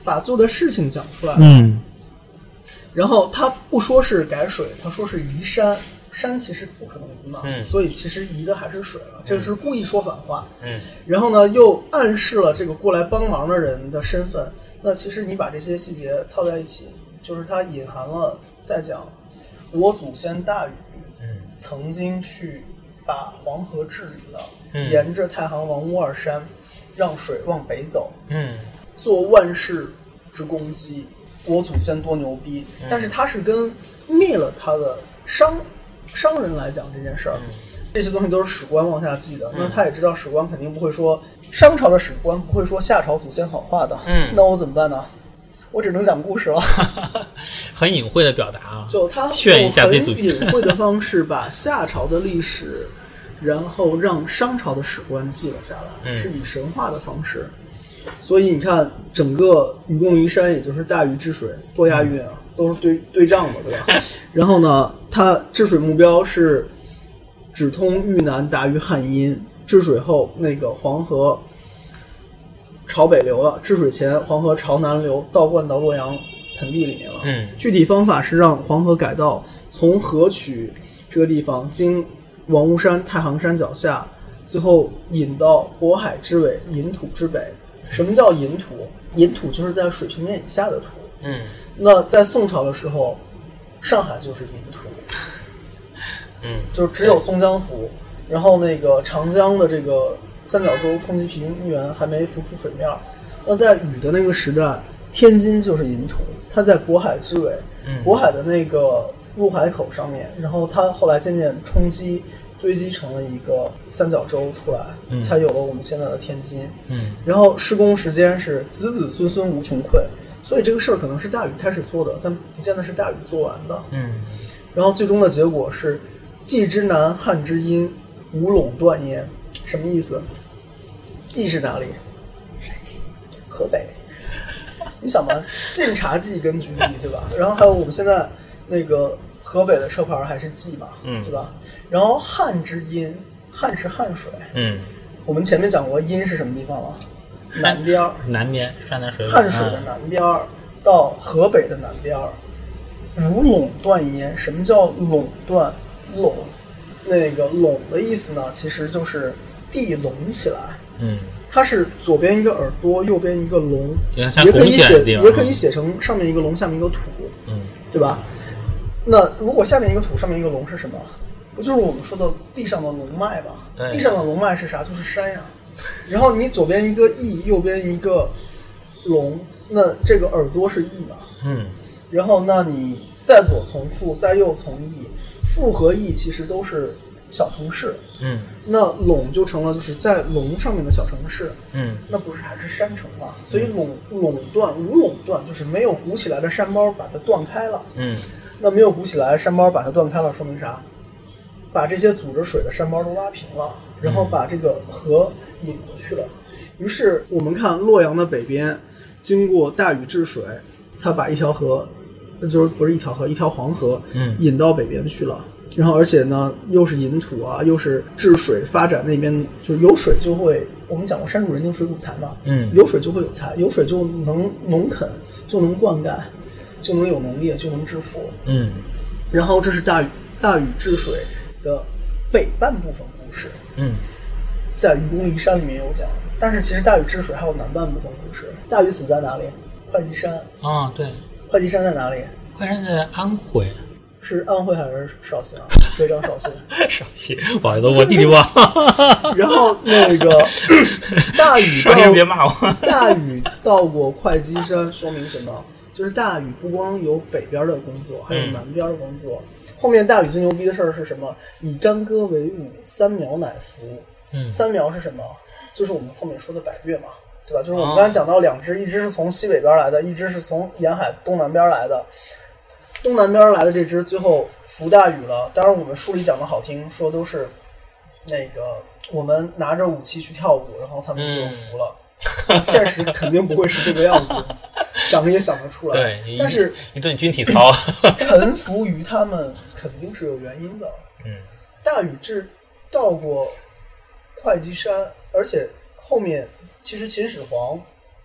把做的事情讲出来了。 嗯， 然后他不说是改水，他说是移山，山其实不可能移嘛， 嗯、 所以其实移的还是水了，这个是故意说反话。 嗯， 然后呢，又暗示了这个过来帮忙的人的身份。那其实你把这些细节套在一起，就是它隐含了在讲我祖先大禹， 嗯， 曾经去把黄河治理了， 嗯， 沿着太行、王屋二山，让水往北走， 嗯， 做万世之功绩。我祖先多牛逼， 嗯、 但是他是跟灭了他的商商人来讲这件事儿、嗯，这些东西都是史官往下记的。嗯、那他也知道史官肯定不会说商朝的史官不会说夏朝祖先好话的。嗯，那我怎么办呢？我只能讲故事了。 很隐晦的表达啊， 就他炫一下自己祖先。很隐晦的方式把夏朝的历史，然后让商朝的史官记了下来，嗯、是以神话的方式。所以你看，整个愚公移山，也就是大禹治水，多押韵啊，嗯、都是对对仗的，对吧？然后呢，它治水目标是只通豫南达于汉阴，治水后那个黄河朝北流了，治水前黄河朝南流，倒灌到洛阳盆地里面了。 嗯， 具体方法是让黄河改道，从河曲这个地方经王屋山、太行山脚下，最后引到渤海之尾，隐土之北。什么叫隐土？隐土就是在水平面以下的土。 嗯， 那在宋朝的时候，上海就是隐土。 嗯， 就是只有松江府，然后那个长江的这个三角洲冲积平原还没浮出水面。那在禹的那个时代，天津就是隐土，它在渤海之尾， 嗯、 渤海的那个入海口上面，然后它后来渐渐冲击。堆积成了一个三角洲出来、嗯、才有了我们现在的天津。 嗯， 然后施工时间是子子孙孙无穷匮，所以这个事儿可能是大禹开始做的，但不见得是大禹做完的。 嗯， 然后最终的结果是冀之南，汉之阴，无垄断焉。什么意思？冀是哪里？ 山西、 河北。你想吧，晋察冀根据地，对吧？然后还有我们现在那个河北的车牌还是冀嘛， 嗯， 对吧？然后汉之阴，汉是汉水， 嗯， 我们前面讲过阴是什么地方了？南边， 南边山南水汉水的南边、嗯、到河北的南边，无垄断焉。什么叫垄断？垄，那个垄的意思呢，其实就是地隆起来， 嗯， 它是左边一个耳朵，右边一个龙， 也可以写，也可以写成上面一个龙，下面一个土， 嗯， 对吧？那如果下面一个土，上面一个龙是什么？不就是我们说的地上的龙脉吗？地上的龙脉是啥？就是山呀。然后你左边一个翼，右边一个龙，那这个耳朵是翼嘛？ 嗯。 然后那你再左从父，再右从翼，父和翼其实都是小城市。 嗯。 那陇就成了就是在龙上面的小城市。 嗯。 那不是还是山城嘛？所以垄垄断无垄断，就是没有鼓起来的山包把它断开了。 嗯。 那没有鼓起来山包把它断开了，说明啥？把这些阻着水的山包都拉平了，然后把这个河引过去了。于是我们看洛阳的北边，经过大禹治水，他把一条河，就是不是一条河，一条黄河， 嗯， 引到北边去了。然后而且呢，又是引土啊，又是治水发展那边，就是有水就会，我们讲过山主人丁水主财嘛， 嗯， 有水就会有财，有水就能农垦，就能灌溉，就能有农业，就能致富。 嗯， 然后这是大禹大禹治水的北半部分故事， 嗯， 在愚公移山里面有讲，但是其实大禹治水还有南半部分故事。大禹死在哪里？会稽山啊、哦，对， 会稽山在哪里？ 会稽山在安徽， 是安徽还是绍兴啊？浙江绍兴。 绍兴，不好意思，我地理不好。 然后那个大禹到， 别骂我。 大禹到过会稽山，说明什么？就是大禹不光有北边的工作，还有南边的工作。嗯，后面大禹最牛逼的事儿是什么？以干戈为伍，三苗乃服。 嗯， 三苗是什么？就是我们后面说的百越嘛，对吧？就是我们刚才讲到两只，一只是从西北边来的，一只是从沿海东南边来的。东南边来的这只最后服大禹了。当然我们书里讲的好听，说都是那个我们拿着武器去跳舞，然后他们就服了。嗯，现实肯定不会是这个样子。想也想得出来， 对， 但是一顿军体操， 臣服于他们肯定是有原因的。 嗯， 大禹治到过会稽山，而且后面其实秦始皇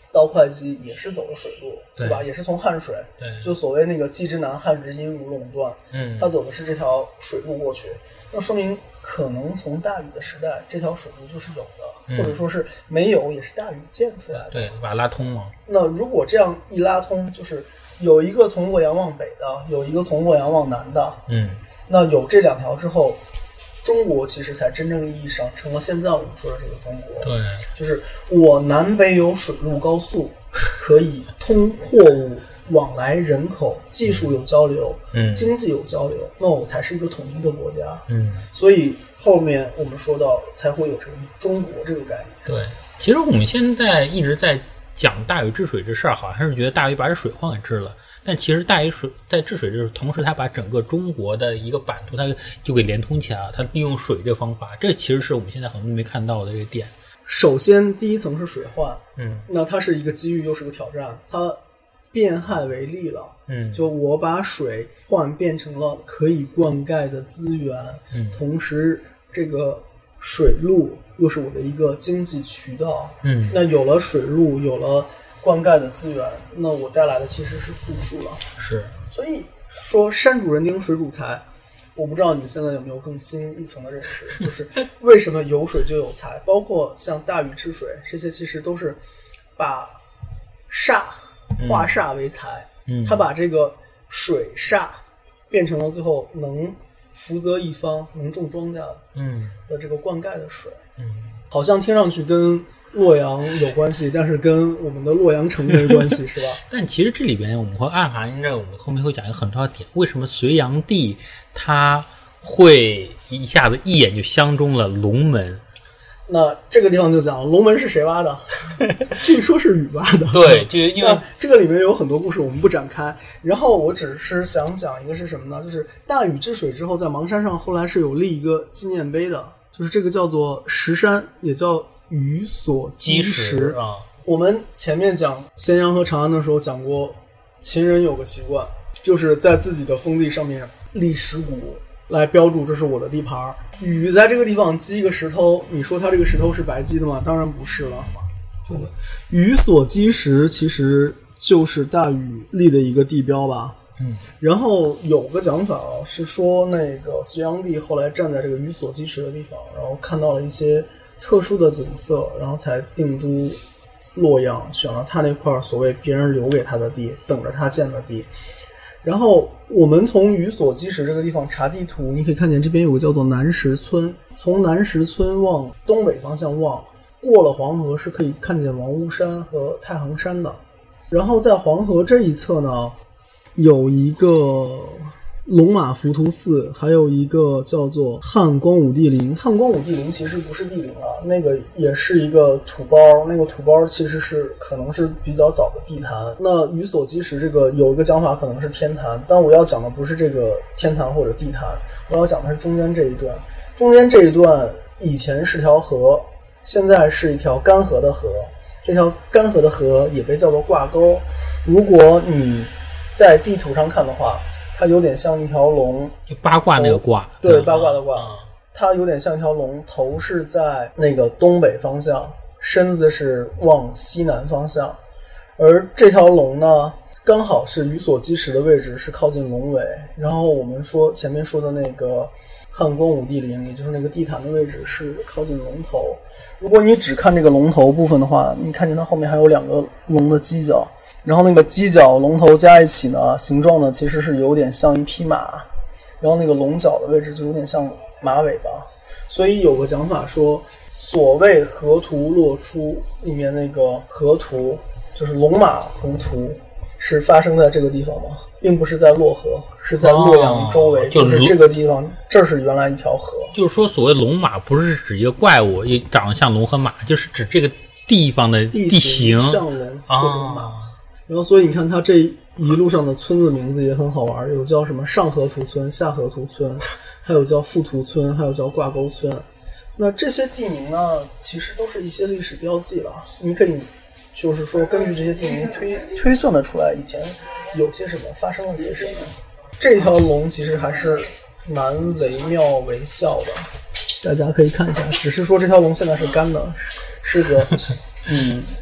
到会稽也是走的水路， 对, 对吧？也是从汉水， 对， 就所谓那个冀之南，汉之阴，如陇段， 嗯， 他走的是这条水路过去，那说明可能从大禹的时代，这条水路就是有的， 嗯、 或者说是没有，也是大禹建出来的， 对，把它拉通了。 那如果这样一拉通，就是有一个从洛阳往北的，有一个从洛阳往南的， 嗯， 那有这两条之后，中国其实才真正意义上成了现在我们说的这个中国。 对， 就是我南北有水陆高速，可以通货物往来人口，技术有交流， 嗯， 经济有交流，那我才是一个统一的国家。 嗯， 所以后面我们说到才会有这个中国这个概念。 对，其实我们现在一直在讲大禹治水这事儿，好像是觉得大禹把这水患给治了。但其实大禹水在治水的同时，他把整个中国的一个版图，他就给连通起来了。他利用水这方法，这其实是我们现在很多没看到的这个点。 首先，第一层是水患， 嗯， 那它是一个机遇，又是个挑战，它变害为利了， 嗯， 就我把水患变成了可以灌溉的资源， 嗯， 同时这个水路又是我的一个经济渠道， 嗯， 那有了水路，有了灌溉的资源，那我带来的其实是富庶了。 是， 所以说山主人丁，水主财，我不知道你们现在有没有更新一层的认识，就是为什么有水就有财，包括像大禹治水，这些其实都是把煞化煞为财， 嗯， 他把这个水煞变成了最后能福泽一方，能种庄稼的， 嗯的这个灌溉的水， 嗯， 好像听上去跟洛阳有关系，但是跟我们的洛阳城没关系，是吧？ 但其实这里边我们会暗含着，我们后面会讲一个很重要的点，为什么隋炀帝他会一下子一眼就相中了龙门？ 那这个地方就讲了，龙门是谁挖的？据说是禹挖的。 对，就因为这个里面有很多故事，我们不展开。然后我只是想讲一个是什么呢？就是大禹治水之后，在邙山上后来是有立一个纪念碑的，就是这个叫做石山，也叫禹所积石啊。 我们前面讲咸阳和长安的时候讲过，秦人有个习惯，就是在自己的封地上面立石鼓，来标注这是我的地盘。禹在这个地方积一个石头，你说他这个石头是白积的吗？当然不是了。禹所积石其实就是大禹立的一个地标吧。 嗯， 然后有个讲法啊，是说那个隋炀帝后来站在这个禹所积石的地方，然后看到了一些特殊的景色，然后才定都洛阳，选了他那块所谓别人留给他的地，等着他建的地。然后我们从禹所积石这个地方查地图，你可以看见这边有个叫做南石村，从南石村往东北方向望，过了黄河是可以看见王屋山和太行山的。然后在黄河这一侧呢，有一个龙马浮屠寺，还有一个叫做汉光武帝陵。汉光武帝陵其实不是帝陵了，那个也是一个土包，那个土包其实是可能是比较早的地坛。那禹所积石这个有一个讲法可能是天坛，但我要讲的不是这个天坛或者地坛，我要讲的是中间这一段。中间这一段以前是条河，现在是一条干涸的河，这条干涸的河也被叫做挂沟。如果你在地图上看的话，它有点像一条龙， 就八卦那个卦， 对，八卦的卦， 嗯， 它有点像一条龙，头是在那个东北方向，身子是往西南方向，而这条龙呢，刚好是禹所积石的位置是靠近龙尾，然后我们说前面说的那个汉光武帝陵，也就是那个地坛的位置是靠近龙头。如果你只看这个龙头部分的话，你看见它后面还有两个龙的犄角，然后那个犄角龙头加一起呢，形状呢其实是有点像一匹马，然后那个龙角的位置就有点像马尾巴。所以有个讲法说，所谓河图洛出里面那个河图就是龙马浮屠，是发生在这个地方吗？并不是在洛河，是在洛阳周围， 哦、就是这个地方，这是原来一条河。 就是说，所谓龙马不是指一个怪物，也长得像龙和马，就是指这个地方的地形像龙或者马。啊、然后，所以你看，它这一路上的村子名字也很好玩，有叫什么上河图村、下河图村，还有叫富图村，还有叫挂沟村。那这些地名呢，其实都是一些历史标记了。你可以就是说，根据这些地名推推算得出来以前有些什么，发生了些什么。这条龙其实还是蛮惟妙惟肖的，大家可以看一下。只是说这条龙现在是干的，是个嗯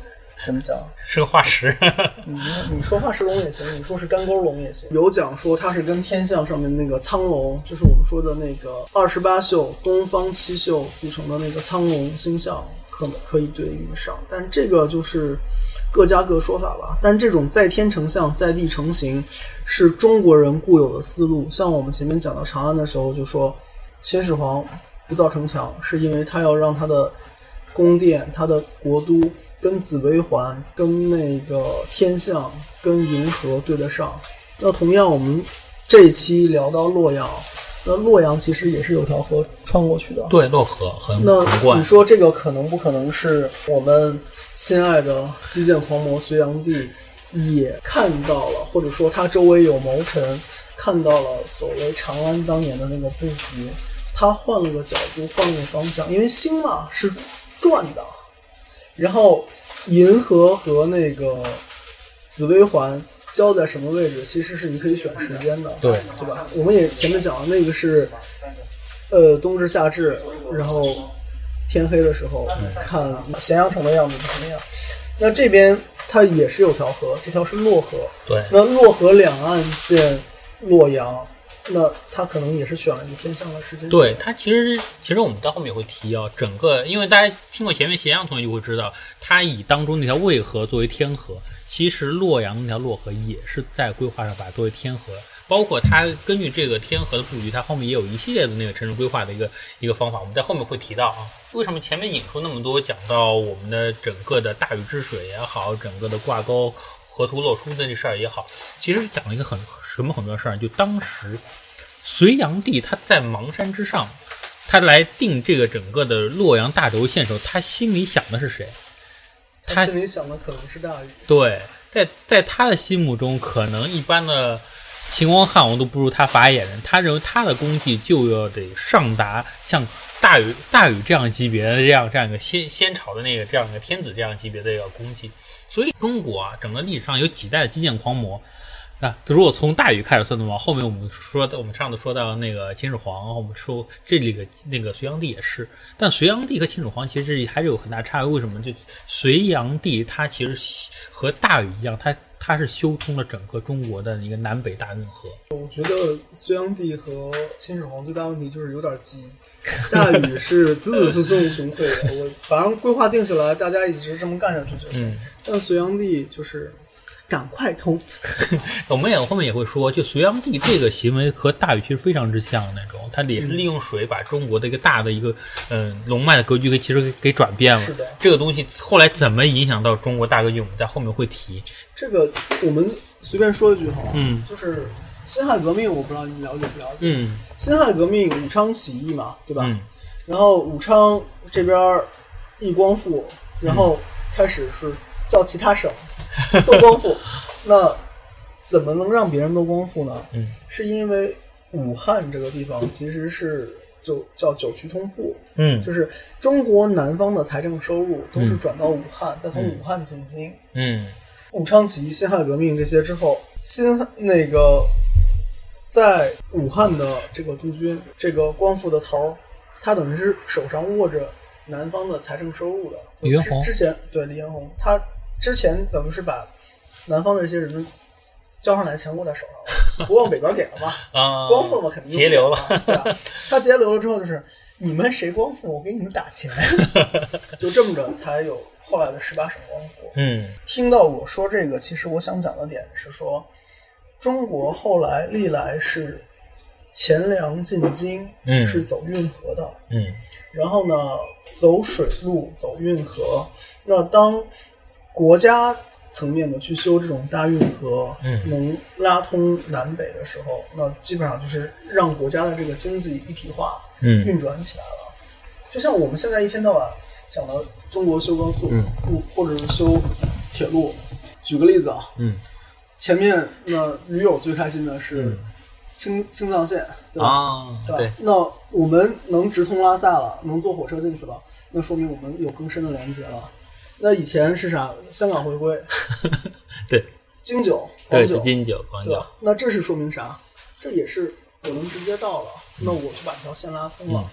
怎么讲？ 是个化石。 你你说化石龙也行，你说是干沟龙也行。有讲说它是跟天象上面那个苍龙，就是我们说的那个二十八宿东方七宿组成的那个苍龙星象，可可以对应上。但这个就是各家各说法吧。但这种在天成象，在地成形，是中国人固有的思路。像我们前面讲到长安的时候，就说秦始皇不造城墙，是因为他要让他的宫殿、他的国都跟紫微环、跟那个天象、跟银河对得上。那同样，我们这一期聊到洛阳，那洛阳其实也是有条河穿过去的。 对，洛河很那很贯。 你说这个可能不可能是我们亲爱的基建狂魔隋炀帝也看到了，或者说他周围有谋臣看到了所谓长安当年的那个布局，他换了个角度，换了个方向，因为星嘛是转的，然后银河和那个紫微环交在什么位置，其实是你可以选时间的， 对对吧？我们也前面讲了，那个是呃冬至夏至，然后天黑的时候、嗯、看咸阳城的样子就是那样。那这边它也是有条河，这条是洛河， 对， 那洛河两岸见洛阳，那他可能也是选了一个天象的时间。 对，他其实其实我们到后面也会提啊，整个因为大家听过前面咸阳同学就会知道，他以当中那条渭河作为天河，其实洛阳那条洛河也是在规划上把它作为天河，包括他根据这个天河的布局，他后面也有一系列的那个城市规划的一个一个方法，我们在后面会提到啊。为什么前面引出那么多讲到我们的整个的大禹治水也好，整个的挂钩河图洛书的这事儿也好，其实讲了一个很什么很多事儿，就当时隋炀帝他在邙山之上，他来定这个整个的洛阳大轴线的时候，他心里想的是谁？ 他心里想的可能是大禹。 对，在在他的心目中，可能一般的秦王汉王都不如他法眼人，他认为他的功绩就要得上达像大禹大禹这样级别的这样这样一个先先朝的那个这样一个天子这样级别的一个功绩。所以中国啊，整个历史上有几代的基建狂魔啊，如果从大禹开始算的话，后面我们说我们上次说到那个秦始皇，我们说这里个那个隋炀帝也是，但隋炀帝和秦始皇其实还是有很大差异。为什么？就隋炀帝他其实和大禹一样，他他是修通了整个中国的一个南北大运河。 我觉得隋炀帝和秦始皇最大问题就是有点急，大禹是子子孙孙无穷匮的，我反正规划定下来，大家一直这么干下去就行。嗯、但隋炀帝就是赶快通。 我们也后面也会说，就隋炀帝这个行为和大禹其实非常之像那种，他也是利用水把中国的一个大的一个嗯、呃、龙脉的格局给其实给给转变了。 是的， 这个东西后来怎么影响到中国大格局，我们在后面会提。 这个我们随便说一句好了， 嗯， 就是辛亥革命，我不知道你了解不了解？ 嗯， 辛亥革命武昌起义嘛，对吧？ 嗯， 然后武昌这边义光复，然后开始是叫其他省都光复，那怎么能让别人都光复呢？ 嗯， 是因为武汉这个地方其实是就叫九曲通户， 嗯， 就是中国南方的财政收入都是转到武汉，嗯、再从武汉进京。 嗯， 武昌起义、辛亥革命这些之后，辛那个在武汉的这个督军，这个光复的头，他等于是手上握着南方的财政收入的。 李元洪之前对李元洪，他之前等于是把南方的这些人交上来的钱握在手上了，不往北边给了嘛， 啊， 光复了嘛，肯定节流了， 对吧？他节流了之后，就是你们谁光复，我给你们打钱，就这么着才有后来的十八省光复。 嗯， 听到我说这个，其实我想讲的点是说，中国后来历来是钱粮进京， 嗯， 是走运河的， 嗯， 然后呢，走水路，走运河。那当国家层面的去修这种大运河， 嗯， 能拉通南北的时候，那基本上就是让国家的这个经济一体化， 嗯， 运转起来了。就像我们现在一天到晚讲的中国修高速， 嗯， 或者是修铁路。举个例子啊， 嗯， 前面那驴友最开心的是青、嗯、青藏线，对吧？ 啊， 对吧？ 对。 那我们能直通拉萨了，能坐火车进去了，那说明我们有更深的连接了。那以前是啥？香港回归， 对， 京九、广九， 对，京九、广九， 那这是说明啥？这也是我能直接到了，嗯、那我就把这条线拉通了。 嗯、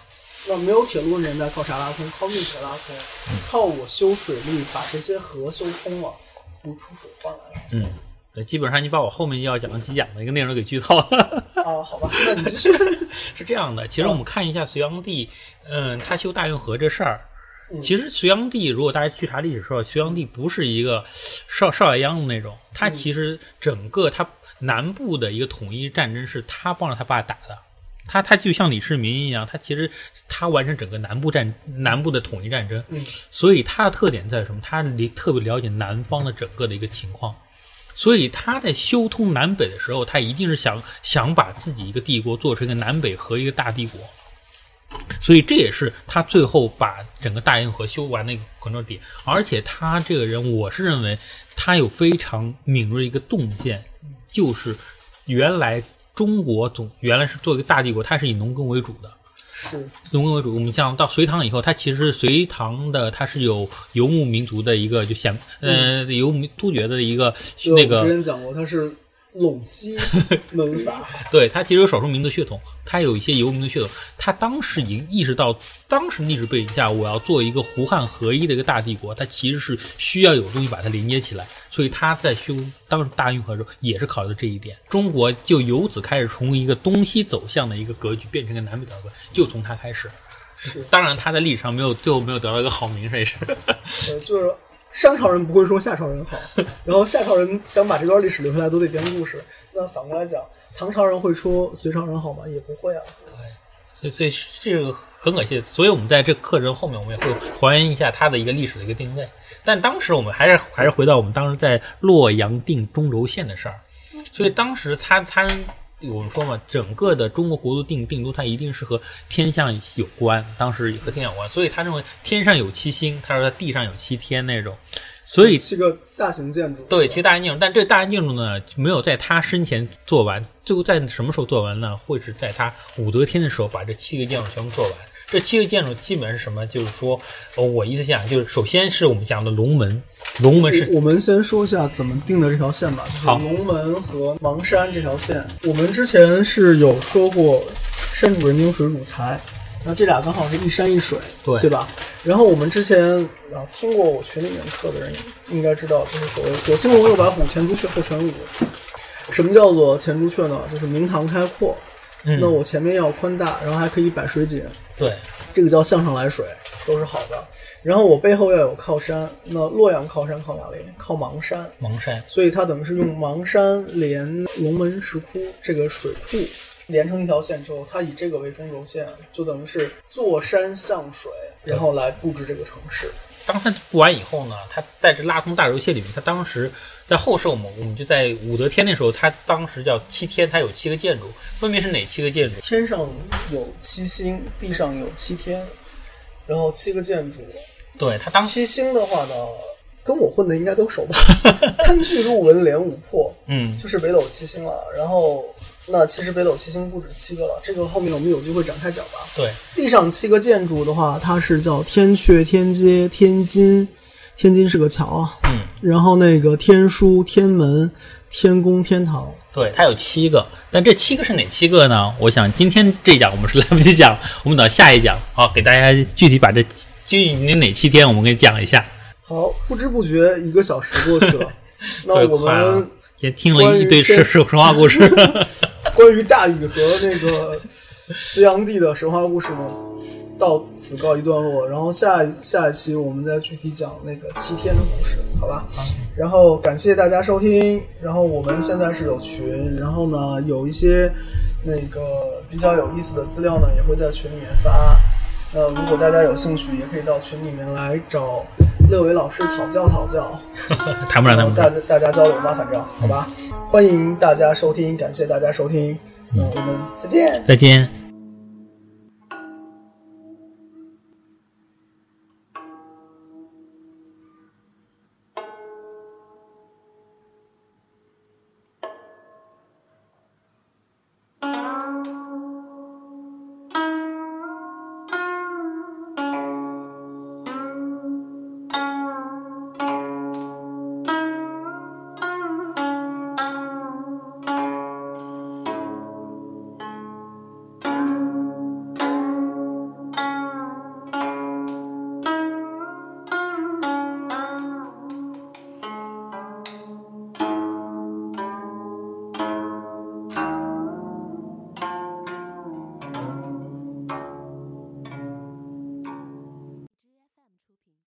那没有铁路的年代靠啥拉通？靠运铁拉通，靠我修水利把这些河修通了，不出水换来了。 嗯，对，基本上你把我后面要讲的几讲的一个内容给剧透了。 啊，好吧，那你继续。 是这样的，其实我们看一下隋炀帝，嗯，他修大运河这事儿。其实隋炀帝，如果大家去查历史说，隋炀帝不是一个少少爷秧的那种，他其实整个他南部的一个统一战争是他帮着他爸打的，他他就像李世民一样，他其实他完成整个南部战南部的统一战争，所以他的特点在于什么？他特别了解南方的整个的一个情况，所以他在修通南北的时候，他一定是想想把自己一个帝国做成一个南北合一个大帝国。所以这也是他最后把整个大运河修完的一个关键点，而且他这个人，我是认为他有非常敏锐一个洞见，就是原来中国总原来是做一个大帝国，它是以农耕为主的， 是农耕为主。我们像到隋唐以后，它其实隋唐的它是有游牧民族的一个就显呃游牧突厥的一个那个， 我之前讲过，它是陇西门阀。 对，他其实有少数民族血统，他有一些游牧民族血统，他当时已经意识到当时历史背景下我要做一个胡汉合一的一个大帝国，他其实是需要有东西把它连接起来，所以他在修当时大运河的时候也是考虑了这一点，中国就由此开始从一个东西走向的一个格局变成一个南北的格局，就从他开始。 是， 当然他在历史上没有最后没有得到一个好名声，也是呃，就是上朝人不会说下朝人好，然后下朝人想把这段历史留下来都得编故事。那反过来讲，唐朝人会说隋朝人好吗？也不会啊。 对，所以所以这个很可惜。所以我们在这个课程后面，我们也会还原一下它的一个历史的一个定位。但当时我们还是还是回到我们当时在洛阳定中轴线的事儿。所以当时他他我们说嘛，整个的中国国都定定都，它一定是和天象有关，当时和天象有关，所以他认为天上有七星，他说地上有七天那种。所以七个大型建筑， 对，七个大型建筑，但这个大型建筑呢，没有在他生前做完，最后在什么时候做完呢？会是在他武则天的时候把这七个建筑全部做完。这七个建筑基本是什么？就是说，呃、我意思讲，就是首先是我们讲的龙门，龙门是我们先说一下怎么定的这条线吧，就是龙门和邙山这条线。我们之前是有说过山主人丁，水主财。那这俩刚好是一山一水， 对对吧？然后我们之前啊听过我群里面课的人应该知道，就是所谓左青龙右白虎，前朱雀后玄武。什么叫做前朱雀呢？就是明堂开阔，嗯、那我前面要宽大，然后还可以摆水井， 对， 这个叫向上来水，都是好的。然后我背后要有靠山，那洛阳靠山靠哪里？靠邙山。 邙山， 所以它等于是用邙山连龙门石窟这个水库连成一条线之后，它以这个为中轴线，就等于是坐山向水，然后来布置这个城市。 当他布完以后呢，他在这拉通大轴线里面，他当时在后世我们我们就在武则天那时候，他当时叫七天，他有七个建筑，分别是哪七个建筑？ 天上有七星，地上有七天，然后七个建筑。 对，他当七星的话呢，跟我混的应该都熟吧？贪巨入文连五破，嗯，就是北斗七星了。然后那其实北斗七星不止七个了，这个后面我们有机会展开讲吧。 对， 地上七个建筑的话，它是叫天阙、天阶、天津，天津是个桥啊。嗯，然后那个天书、天门、天宫、天堂。 对，它有七个，但这七个是哪七个呢？我想今天这一讲我们是来不及讲，我们等下一讲，好，给大家具体把这究竟哪七天我们给你讲一下。 好，不知不觉一个小时过去了，那我们也听了一堆神神话故事。 关于大禹和那个隋炀帝的神话故事呢，到此告一段落。然后下下一期我们再具体讲那个七天的故事，好吧？然后感谢大家收听。然后我们现在是有群，然后呢有一些那个比较有意思的资料呢，也会在群里面发。那如果大家有兴趣，也可以到群里面来找乐伟老师讨教讨教， 谈不上谈不上， 大家大家交流吧，反正好吧。欢迎大家收听，感谢大家收听，那我们再见， 再见。